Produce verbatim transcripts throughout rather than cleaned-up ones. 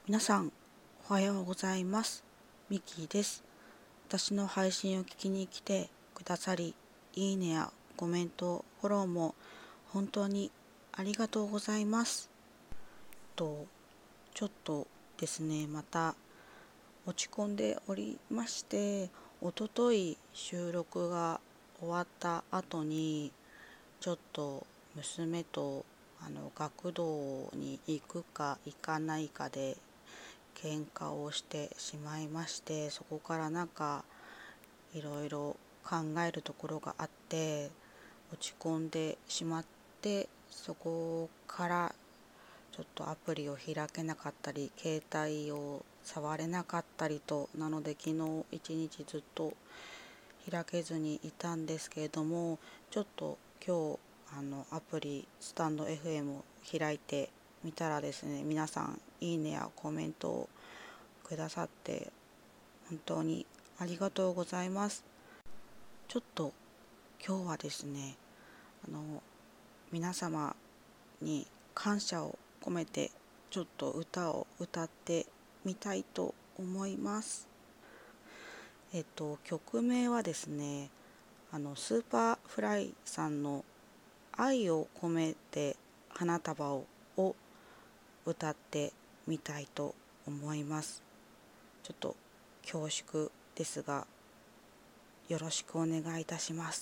皆さんおはようございます。ミキです。私の配信を聞きに来てくださり、いいねやコメント、フォローも本当にありがとうございます。とちょっとですね、また落ち込んでおりまして、おととい収録が終わった後にちょっと娘とあの学童に行くか行かないかで喧嘩をしてしまいまして、そこからなんかいろいろ考えるところがあって落ち込んでしまって、そこからちょっとアプリを開けなかったり携帯を触れなかったりと、なので昨日一日ずっと開けずにいたんですけれども、ちょっと今日あのアプリスタンド エフエム を開いてみたらですね、皆さんいいねやコメントをくださって本当にありがとうございます。ちょっと今日はですね、あの皆様に感謝を込めてちょっと歌を歌ってみたいと思います。えっと曲名はですね、あのスーパーフライさんの愛を込めて花束をを歌ってみたいと思います。ちょっと恐縮ですがよろしくお願いいたします。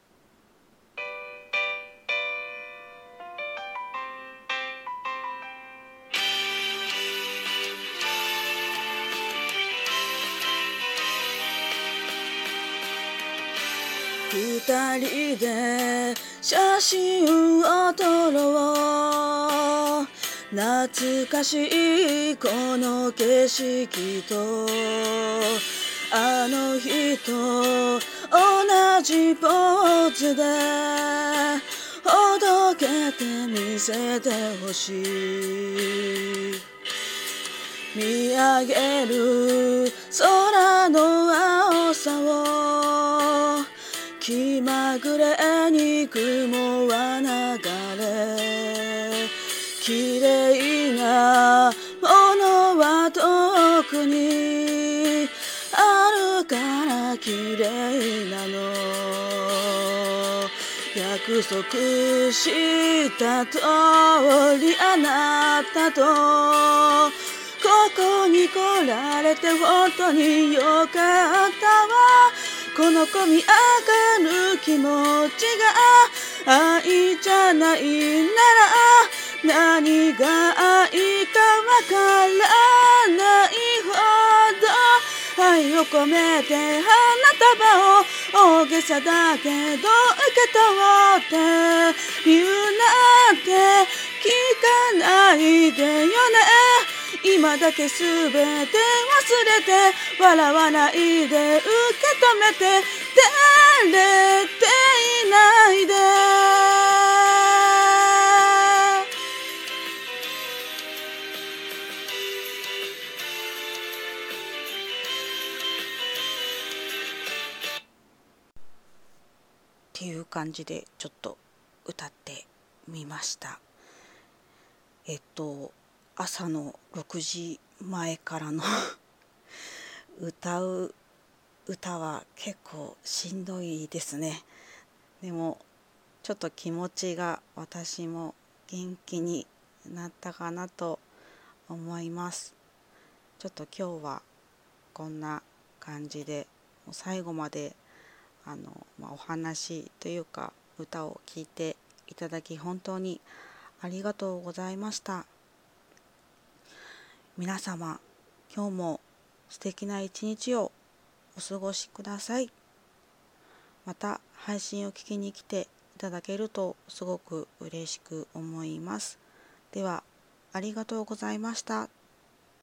二人で写真を撮ろう、懐かしいこの景色とあの日と同じポーズでほどけて見せてほしい。見上げる空の青さを気まぐれに雲は流れ、綺麗なものは遠くにあるから綺麗なの。約束した通りあなたとここに来られて本当によかったわ。この込み上がる気持ちが愛じゃないなら何が愛かわからないほど愛を込めて花束を大げさだけど受け取って言うなんて聞かないでよね。今だけすべて忘れて笑わないで受け止めて照れていないで。っていう感じでちょっと歌ってみました。えっと朝のろくじまえからの歌う歌は結構しんどいですね。でもちょっと気持ちが私も元気になったかなと思います。ちょっと今日はこんな感じでもう最後まであの、まあ、お話というか歌を聴いていただき本当にありがとうございました。皆様今日も素敵な一日をお過ごしください。また配信を聞きに来ていただけるとすごく嬉しく思います。ではありがとうございました。